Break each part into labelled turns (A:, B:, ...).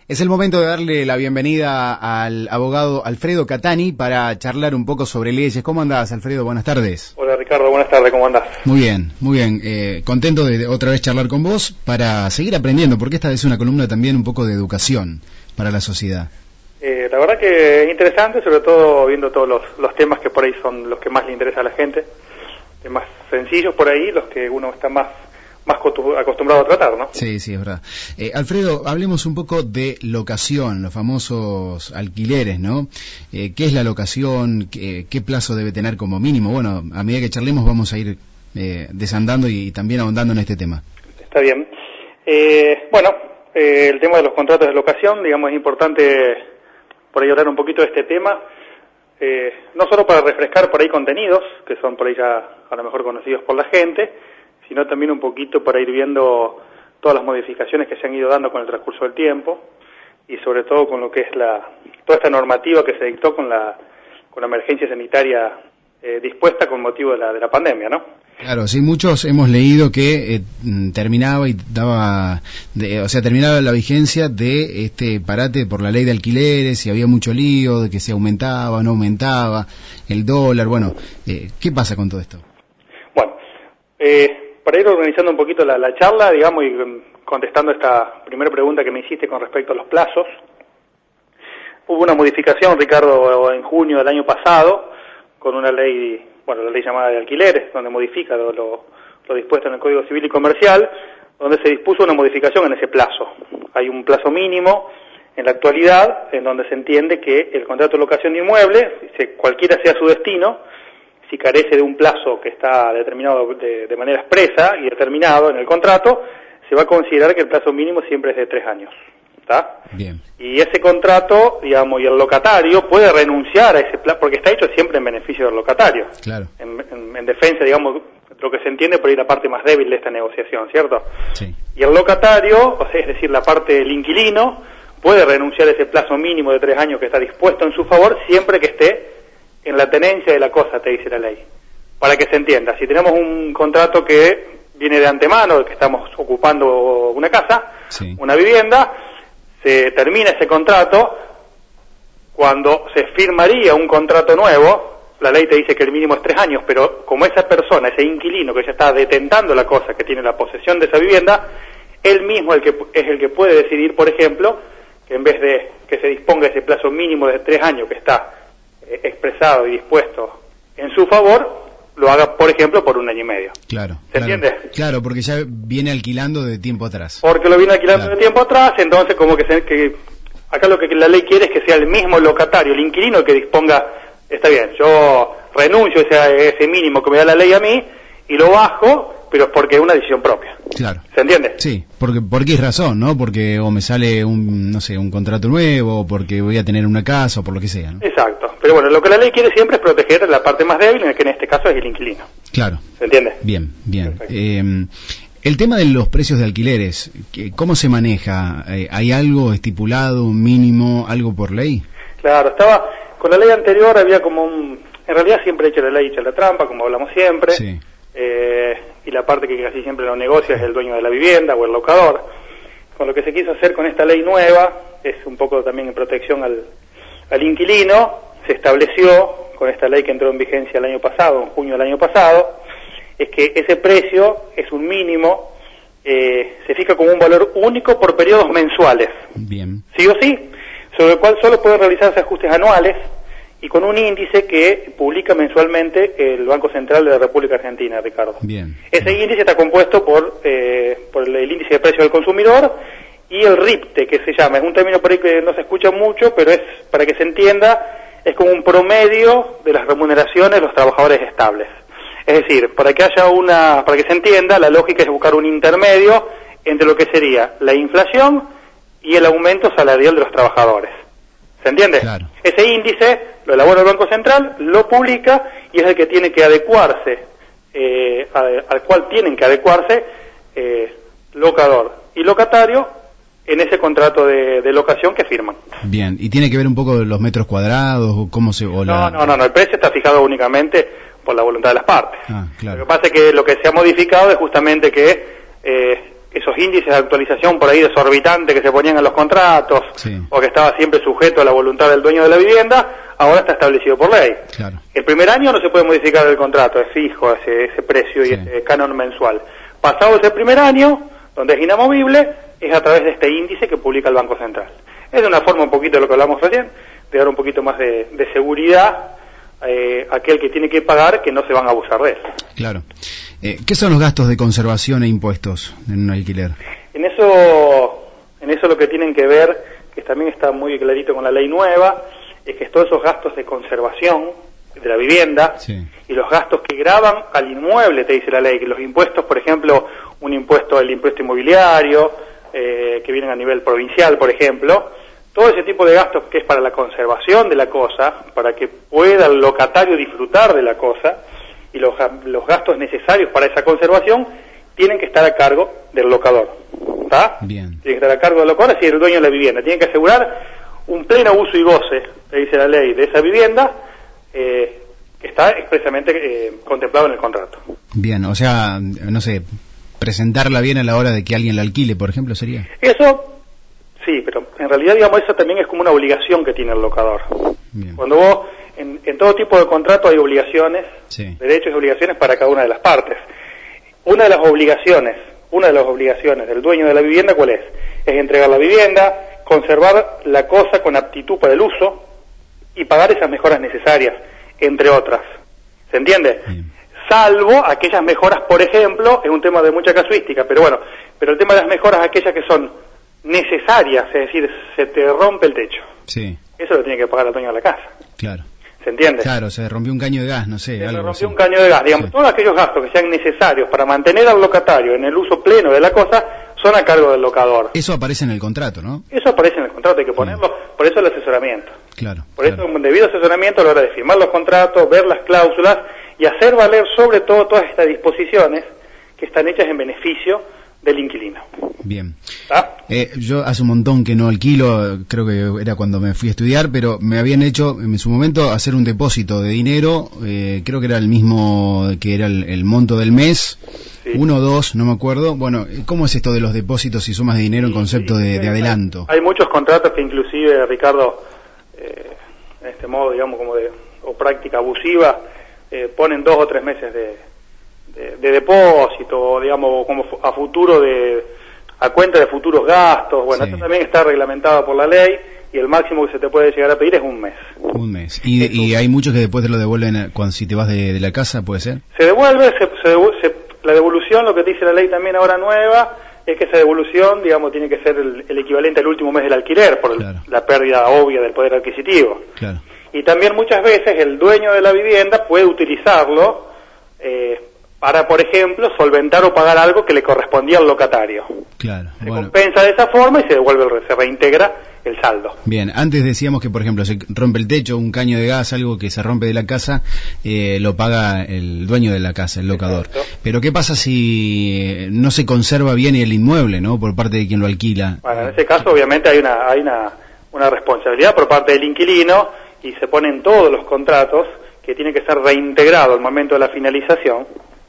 A: Es el momento de darle la bienvenida al abogado Alfredo Catani para charlar un poco sobre leyes. ¿Cómo andás, Alfredo? Buenas tardes.
B: Hola, Ricardo. Buenas tardes. ¿Cómo andás?
A: Muy bien, muy bien. Contento de otra vez charlar con vos para seguir aprendiendo, porque esta es una columna también un poco de educación para la sociedad.
B: La verdad que es interesante, sobre todo viendo todos los temas que por ahí son los que más le interesa a la gente, temas sencillos por ahí, los que uno está más acostumbrado a tratar, ¿no?
A: Sí, es verdad. Alfredo, hablemos un poco de locación, los famosos alquileres, ¿no? ¿Qué es la locación? ¿Qué plazo debe tener como mínimo? Bueno, a medida que charlemos vamos a ir desandando y también ahondando en este tema.
B: Está bien. El tema de los contratos de locación, digamos, es importante por ahí hablar un poquito de este tema, no solo para refrescar por ahí contenidos, que son por ahí ya a lo mejor conocidos por la gente, sino también un poquito para ir viendo todas las modificaciones que se han ido dando con el transcurso del tiempo y sobre todo con lo que es toda esta normativa que se dictó con la emergencia sanitaria dispuesta con motivo de la pandemia, ¿no?
A: Claro, sí, muchos hemos leído que terminaba la vigencia de este parate por la ley de alquileres, y había mucho lío de que se aumentaba, no aumentaba, el dólar, bueno, ¿qué pasa con todo esto?
B: Bueno, para ir organizando un poquito la charla, digamos, y contestando esta primera pregunta que me hiciste con respecto a los plazos, hubo una modificación, Ricardo, en junio del año pasado, con una ley, la ley llamada de alquileres, donde modifica lo dispuesto en el Código Civil y Comercial, donde se dispuso una modificación en ese plazo. Hay un plazo mínimo en la actualidad, en donde se entiende que el contrato de locación de inmueble, cualquiera sea su destino, si carece de un plazo que está determinado de manera expresa y determinado en el contrato, se va a considerar que el plazo mínimo siempre es de 3 años. ¿Está?
A: Bien.
B: Y ese contrato, digamos, y el locatario puede renunciar a ese plazo, porque está hecho siempre en beneficio del locatario.
A: Claro.
B: En defensa, digamos, lo que se entiende por ahí la parte más débil de esta negociación, ¿cierto?
A: Sí.
B: Y el locatario, es decir, la parte del inquilino, puede renunciar a ese plazo mínimo de 3 años que está dispuesto en su favor, siempre que esté en la tenencia de la cosa, te dice la ley. Para que se entienda, si tenemos un contrato que viene de antemano, que estamos ocupando una casa,
A: sí,
B: una vivienda, se termina ese contrato, cuando se firmaría un contrato nuevo, la ley te dice que el mínimo es 3 años, pero como esa persona, ese inquilino que ya está detentando la cosa, que tiene la posesión de esa vivienda, él mismo es el que puede decidir, por ejemplo, que en vez de que se disponga ese plazo mínimo de 3 años que está expresado y dispuesto en su favor, lo haga, por ejemplo, por 1 año y medio.
A: Claro.
B: ¿Se entiende?
A: Claro, porque ya viene alquilando de tiempo atrás.
B: Porque lo viene alquilando de tiempo atrás, entonces como que acá lo que la ley quiere es que sea el mismo locatario, el inquilino, el que disponga, está bien, yo renuncio a ese mínimo que me da la ley a mí y lo bajo, pero es porque es una decisión propia.
A: Claro.
B: ¿Se entiende?
A: Sí, porque es razón, ¿no? Porque o me sale un contrato nuevo, o porque voy a tener una casa, o por lo que sea, ¿no?
B: Exacto. Pero bueno, lo que la ley quiere siempre es proteger la parte más débil, que en este caso es el inquilino.
A: Claro.
B: ¿Se entiende?
A: Bien. El tema de los precios de alquileres, ¿cómo se maneja? ¿Hay algo estipulado, un mínimo, algo por ley?
B: Claro, con la ley anterior había en realidad siempre echa la ley, echa la trampa, como hablamos siempre.
A: Sí.
B: Y la parte que casi siempre lo negocia es el dueño de la vivienda o el locador. Con lo que se quiso hacer con esta ley nueva, es un poco también en protección al inquilino, se estableció con esta ley que entró en vigencia el año pasado, en junio del año pasado, es que ese precio es un mínimo, se fija como un valor único por periodos mensuales.
A: Bien.
B: Sí o sí, sobre el cual solo pueden realizarse ajustes anuales y con un índice que publica mensualmente el Banco Central de la República Argentina, Ricardo.
A: Bien.
B: Ese índice está compuesto por el índice de precio del consumidor y el RIPTE, que se llama, es un término por ahí que no se escucha mucho, pero es, para que se entienda, es como un promedio de las remuneraciones de los trabajadores estables. Es decir, para que se entienda, la lógica es buscar un intermedio entre lo que sería la inflación y el aumento salarial de los trabajadores. ¿Se entiende?
A: Claro.
B: Ese índice lo elabora el Banco Central, lo publica y es el que tiene que adecuarse, al cual tienen que adecuarse locador y locatario en ese contrato de locación que firman.
A: Bien, ¿y tiene que ver un poco los metros cuadrados o cómo se...?
B: No, el precio está fijado únicamente por la voluntad de las partes.
A: Claro.
B: Lo que pasa es que lo que se ha modificado es justamente que esos índices de actualización por ahí desorbitantes que se ponían en los contratos, sí, o que estaba siempre sujeto a la voluntad del dueño de la vivienda, ahora está establecido por ley.
A: Claro.
B: El primer año no se puede modificar el contrato, es fijo ese precio y ese canon mensual. Pasado ese primer año, donde es inamovible, es a través de este índice que publica el Banco Central. Es de una forma un poquito de lo que hablamos recién, de dar un poquito más de seguridad a aquel que tiene que pagar, que no se van a abusar de él.
A: Claro. ¿Qué son los gastos de conservación e impuestos en un alquiler?
B: En eso lo que tienen que ver, que también está muy clarito con la ley nueva, es que todos esos gastos de conservación de la vivienda, sí, y los gastos que gravan al inmueble, te dice la ley, que los impuestos, por ejemplo, el impuesto inmobiliario, que vienen a nivel provincial, por ejemplo, todo ese tipo de gastos que es para la conservación de la cosa, para que pueda el locatario disfrutar de la cosa, y los gastos necesarios para esa conservación tienen que estar a cargo del locador. ¿Está?
A: Bien.
B: Tiene que estar a cargo del locador, así el dueño de la vivienda. Tiene que asegurar un pleno uso y goce, te dice la ley, de esa vivienda, que está expresamente contemplado en el contrato.
A: Bien, o sea, no sé, presentarla bien a la hora de que alguien la alquile, por ejemplo, ¿sería?
B: Eso, sí, pero en realidad, digamos, eso también es como una obligación que tiene el locador. Bien. Cuando vos, en todo tipo de contrato hay obligaciones, sí, derechos y obligaciones para cada una de las partes. Una de las obligaciones del dueño de la vivienda, ¿cuál es? Es entregar la vivienda, conservar la cosa con aptitud para el uso y pagar esas mejoras necesarias, entre otras. ¿Se entiende? Bien. Salvo aquellas mejoras, por ejemplo, es un tema de mucha casuística, pero bueno, pero el tema de las mejoras, aquellas que son necesarias, es decir, se te rompe el techo.
A: Sí.
B: Eso lo tiene que pagar el dueño de la casa.
A: Claro.
B: ¿Se entiende?
A: Claro, se rompió un caño de gas, no sé.
B: Se rompió un caño de gas, digamos, sí, todos aquellos gastos que sean necesarios para mantener al locatario en el uso pleno de la cosa son a cargo del locador.
A: Eso aparece en el contrato, ¿no?
B: Eso aparece en el contrato, hay que ponerlo, por eso el asesoramiento.
A: Claro.
B: Por eso un debido asesoramiento a la hora de firmar los contratos, ver las cláusulas y hacer valer sobre todo todas estas disposiciones que están hechas en beneficio del inquilino.
A: Bien. Yo hace un montón que no alquilo, creo que era cuando me fui a estudiar, pero me habían hecho en su momento hacer un depósito de dinero, creo que era el mismo que era el monto del mes, sí, 1 o 2, no me acuerdo. Bueno, ¿cómo es esto de los depósitos y sumas de dinero en concepto de adelanto?
B: Hay muchos contratos que inclusive, Ricardo, en este modo, digamos, como o práctica abusiva, ponen 2 o 3 meses de depósito, digamos, como a futuro a cuenta de futuros gastos. Bueno, sí, esto también está reglamentado por la ley y el máximo que se te puede llegar a pedir es un mes.
A: Un mes. ¿Y hay muchos que después te lo devuelven si te vas de la casa, puede ser?
B: Se devuelve, la devolución, lo que te dice la ley también ahora nueva, es que esa devolución, digamos, tiene que ser el equivalente al último mes del alquiler, por claro, la pérdida obvia del poder adquisitivo.
A: Claro.
B: Y también muchas veces el dueño de la vivienda puede utilizarlo para, por ejemplo, solventar o pagar algo que le correspondía al locatario.
A: Claro.
B: Se compensa de esa forma y se reintegra el saldo.
A: Bien, antes decíamos que, por ejemplo, se rompe el techo, un caño de gas, algo que se rompe de la casa, lo paga el dueño de la casa, el locador. Exacto. Pero ¿qué pasa si no se conserva bien el inmueble, no, por parte de quien lo alquila?
B: Bueno, en ese caso, obviamente, hay una responsabilidad por parte del inquilino y se pone en todos los contratos que tiene que ser reintegrado al momento de la finalización,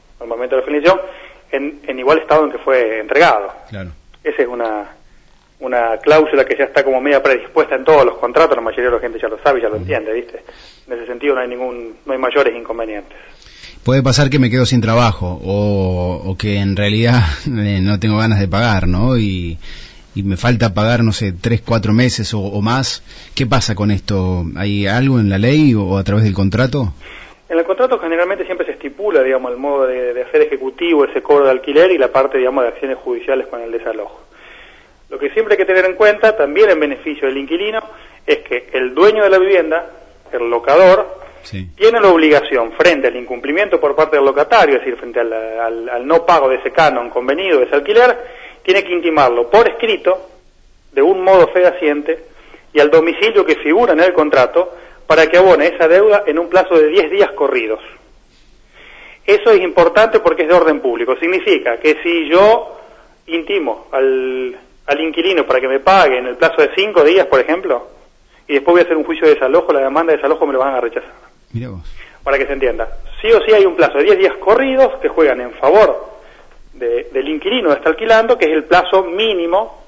B: en igual estado en que fue entregado.
A: Claro.
B: Esa es una cláusula que ya está como media predispuesta en todos los contratos, la mayoría de la gente ya lo sabe y ya lo entiende, ¿viste? En ese sentido no hay mayores inconvenientes.
A: Puede pasar que me quedo sin trabajo o que en realidad no tengo ganas de pagar, ¿no? Y me falta pagar, no sé, 3, 4 meses o más. ¿Qué pasa con esto? ¿Hay algo en la ley o a través del contrato?
B: En el contrato generalmente siempre se estipula, digamos, el modo de hacer ejecutivo ese cobro de alquiler y la parte, digamos, de acciones judiciales con el desalojo. Lo que siempre hay que tener en cuenta, también en beneficio del inquilino, es que el dueño de la vivienda, el locador, sí, tiene la obligación frente al incumplimiento por parte del locatario, es decir, frente al no pago de ese canon convenido, de ese alquiler, tiene que intimarlo por escrito, de un modo fehaciente, y al domicilio que figura en el contrato, para que abone esa deuda en un plazo de 10 días corridos. Eso es importante porque es de orden público. Significa que si yo intimo al inquilino para que me pague en el plazo de 5 días, por ejemplo, y después voy a hacer un juicio de desalojo, la demanda de desalojo me lo van a rechazar.
A: Mirá vos.
B: Para que se entienda. Sí o sí hay un plazo de 10 días corridos que juegan en favor del inquilino que está alquilando, que es el plazo mínimo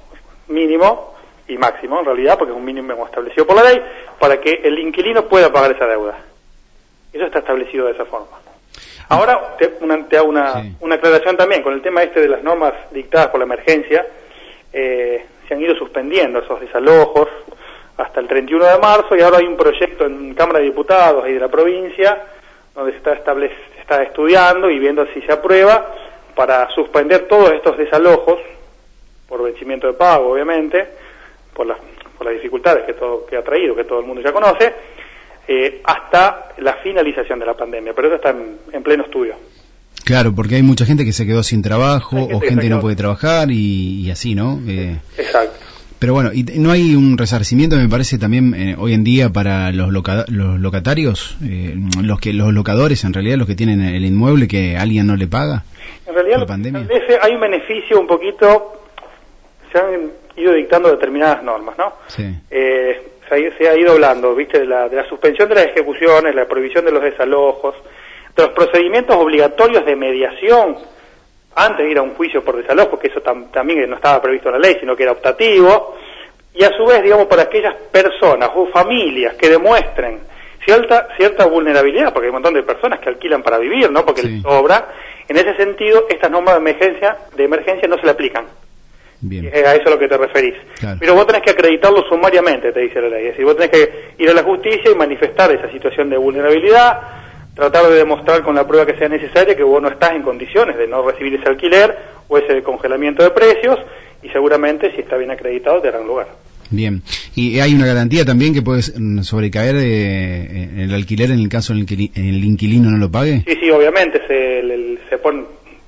B: y máximo, en realidad, porque es un mínimo establecido por la ley, para que el inquilino pueda pagar esa deuda. Eso está establecido de esa forma. Ahora te hago una aclaración también, con el tema de las normas dictadas por la emergencia, se han ido suspendiendo esos desalojos hasta el 31 de marzo, y ahora hay un proyecto en Cámara de Diputados y de la provincia, donde se está estudiando y viendo si se aprueba, para suspender todos estos desalojos, por vencimiento de pago, obviamente, por las dificultades que ha traído, que todo el mundo ya conoce, hasta la finalización de la pandemia, pero eso está en pleno estudio.
A: Claro, porque hay mucha gente que se quedó sin trabajo, o gente que no puede trabajar, y así, ¿no?
B: Exacto.
A: Pero bueno, ¿y no hay un resarcimiento, me parece, también hoy en día para los locatarios, los locadores, en realidad, los que tienen el inmueble, que alguien no le paga? En realidad, la pandemia.
B: Hay un beneficio un poquito, se han ido dictando determinadas normas, ¿no?
A: Sí.
B: Se ha ido hablando, ¿viste? De la suspensión de las ejecuciones, la prohibición de los desalojos, de los procedimientos obligatorios de mediación antes de ir a un juicio por desalojo, que eso también no estaba previsto en la ley, sino que era optativo, y a su vez, digamos, para aquellas personas o familias que demuestren cierta vulnerabilidad, porque hay un montón de personas que alquilan para vivir, ¿no? Porque les sobra. En ese sentido, estas normas de emergencia no se le aplican.
A: Bien.
B: A eso a lo que te referís.
A: Claro.
B: Pero vos tenés que acreditarlo sumariamente, te dice la ley. Es decir, vos tenés que ir a la justicia y manifestar esa situación de vulnerabilidad, tratar de demostrar con la prueba que sea necesaria que vos no estás en condiciones de no recibir ese alquiler o ese congelamiento de precios, y seguramente, si está bien acreditado, te harán lugar.
A: Bien. ¿Y hay una garantía también que puede sobrecaer el alquiler en el caso en que el inquilino no lo pague?
B: Sí, obviamente, se pone,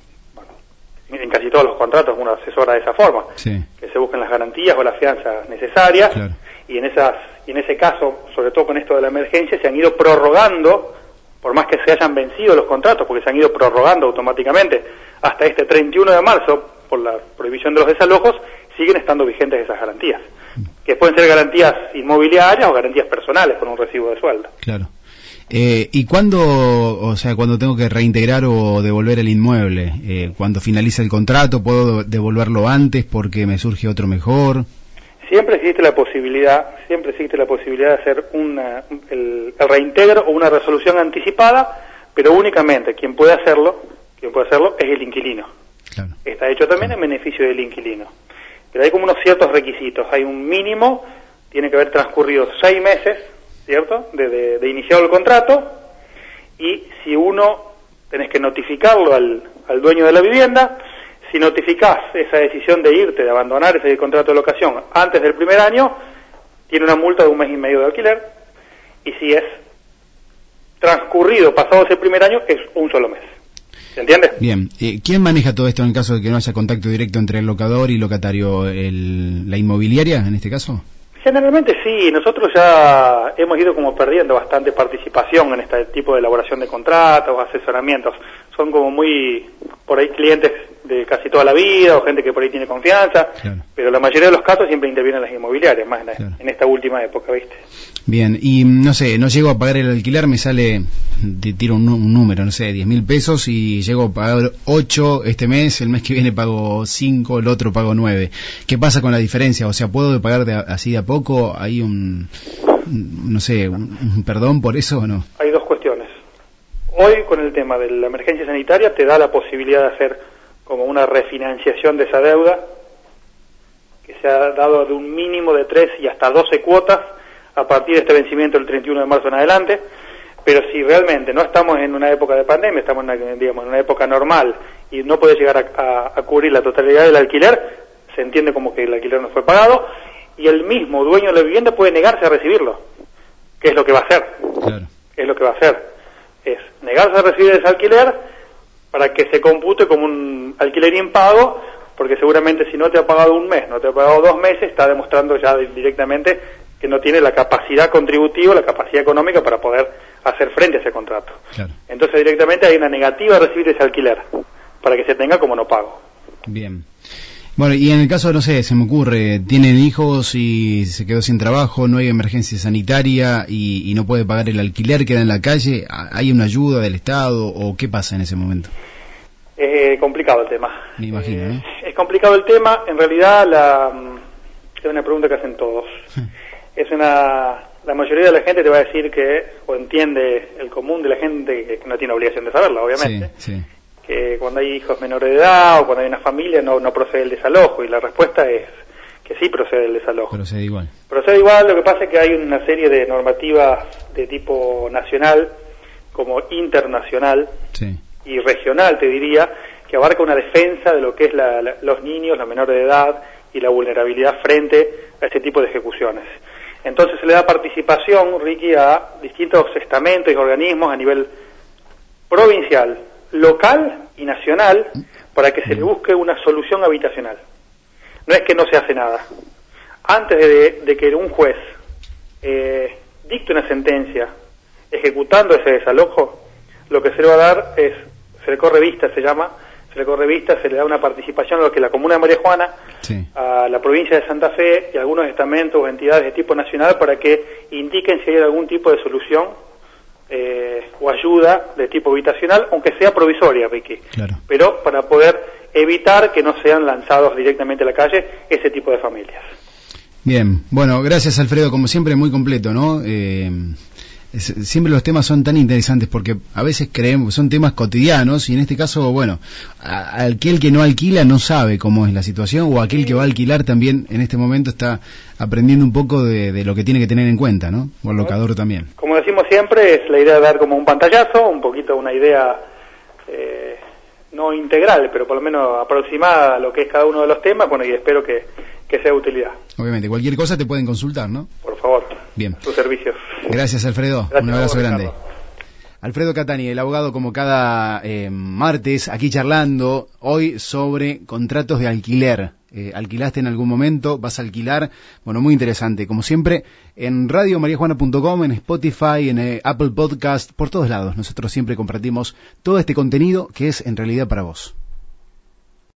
B: en casi todos los contratos uno asesora de esa forma, que se busquen las garantías o las fianzas necesarias, claro. y en ese caso, sobre todo con esto de la emergencia, se han ido prorrogando, por más que se hayan vencido los contratos, porque se han ido prorrogando automáticamente hasta este 31 de marzo, por la prohibición de los desalojos, siguen estando vigentes esas garantías, que pueden ser garantías inmobiliarias o garantías personales con un recibo de sueldo.
A: Claro. ¿Y cuándo tengo que reintegrar o devolver el inmueble? ¿Cuando finaliza el contrato? ¿Puedo devolverlo antes porque me surge otro mejor?
B: Siempre existe la posibilidad de hacer el reintegro o una resolución anticipada, pero únicamente quien puede hacerlo es el inquilino.
A: Claro.
B: Está hecho también en beneficio del inquilino. Pero hay como unos ciertos requisitos. Hay un mínimo, tiene que haber transcurrido 6 meses, ¿cierto?, de iniciado el contrato, y si tenés que notificarlo al dueño de la vivienda. Si notificás esa decisión de irte, de abandonar ese contrato de locación antes del primer año, tiene una multa de 1 mes y medio de alquiler, y si es transcurrido, pasado ese primer año, es 1 solo mes. ¿Se entiende?
A: Bien. ¿Quién maneja todo esto en el caso de que no haya contacto directo entre el locador y locatario? ¿La inmobiliaria, en este caso?
B: Generalmente sí. Nosotros ya hemos ido como perdiendo bastante participación en este tipo de elaboración de contratos, asesoramientos. Son como muy, por ahí, clientes de casi toda la vida, o gente que por ahí tiene confianza, claro. Pero la mayoría de los casos siempre intervienen las inmobiliarias, más claro. En esta última época, ¿viste?
A: Bien, y no sé, no llego a pagar el alquiler, me sale, te tiro un número, no sé, 10.000 pesos, y llego a pagar 8 este mes, el mes que viene pago 5, el otro pago 9. ¿Qué pasa con la diferencia? O sea, ¿puedo pagar así de a poco? ¿Hay un perdón por eso o no?
B: Hay 2 cuestiones. Hoy, con el tema de la emergencia sanitaria, te da la posibilidad de hacer como una refinanciación de esa deuda, que se ha dado de un mínimo de 3 y hasta 12 cuotas a partir de este vencimiento del 31 de marzo en adelante. Pero si realmente no estamos en una época de pandemia, estamos en una época normal y no puede llegar a cubrir la totalidad del alquiler, se entiende como que el alquiler no fue pagado, y el mismo dueño de la vivienda puede negarse a recibirlo, que es lo que va a hacer.
A: Claro.
B: Es lo que va a hacer. Es negarse a recibir ese alquiler para que se compute como un alquiler impago, porque seguramente si no te ha pagado un mes, no te ha pagado 2 meses, está demostrando ya directamente que no tiene la capacidad contributiva, la capacidad económica para poder hacer frente a ese contrato.
A: Claro.
B: Entonces directamente hay una negativa a recibir ese alquiler, para que se tenga como no pago.
A: Bien. Bueno, y en el caso, no sé, se me ocurre, tienen hijos y se quedó sin trabajo, no hay emergencia sanitaria y no puede pagar el alquiler, queda en la calle, ¿hay una ayuda del Estado o qué pasa en ese momento?
B: Es complicado el tema.
A: Me imagino, ¿no?
B: Es complicado el tema. En realidad, es una pregunta que hacen todos. La mayoría de la gente te va a decir que, o entiende el común de la gente, que no tiene obligación de saberlo, obviamente,
A: sí.
B: Que cuando hay hijos menores de edad o cuando hay una familia no procede el desalojo, y la respuesta es que sí procede el desalojo.
A: Procede igual.
B: Procede igual, lo que pasa es que hay una serie de normativas de tipo nacional, como internacional,
A: sí,
B: y regional, te diría, que abarca una defensa de lo que es los niños, los menores de edad y la vulnerabilidad frente a este tipo de ejecuciones. Entonces se le da participación, Ricky, a distintos estamentos y organismos a nivel provincial, local y nacional para que se le busque una solución habitacional. No es que no se hace nada. Antes de que un juez dicte una sentencia ejecutando ese desalojo, lo que se le va a dar es, se le corre vista, se le da una participación a lo que la Comuna de María Juana, sí, a la provincia de Santa Fe y a algunos estamentos o entidades de tipo nacional para que indiquen si hay algún tipo de solución o ayuda de tipo habitacional, aunque sea provisoria, Ricky.
A: Claro. Pero
B: para poder evitar que no sean lanzados directamente a la calle ese tipo de familias.
A: Bien, bueno, gracias Alfredo, como siempre muy completo, ¿no? Siempre los temas son tan interesantes porque a veces creemos que son temas cotidianos y en este caso, bueno, aquel que no alquila no sabe cómo es la situación, o aquel que va a alquilar también en este momento está aprendiendo un poco de lo que tiene que tener en cuenta, ¿no? O el locador también.
B: Como decimos siempre, es la idea de dar como un pantallazo, un poquito una idea no integral, pero por lo menos aproximada a lo que es cada uno de los temas, bueno, y espero que sea de utilidad.
A: Obviamente, cualquier cosa te pueden consultar, ¿no?
B: Por favor.
A: Bien.
B: Sus servicios.
A: Gracias, Alfredo.
B: Gracias,
A: un abrazo grande.
B: Ricardo.
A: Alfredo Catani, el abogado, como cada martes, aquí charlando hoy sobre contratos de alquiler. ¿Alquilaste en algún momento? ¿Vas a alquilar? Bueno, muy interesante. Como siempre, en radiomariajuana.com, en Spotify, en Apple Podcast, por todos lados. Nosotros siempre compartimos todo este contenido que es en realidad para vos.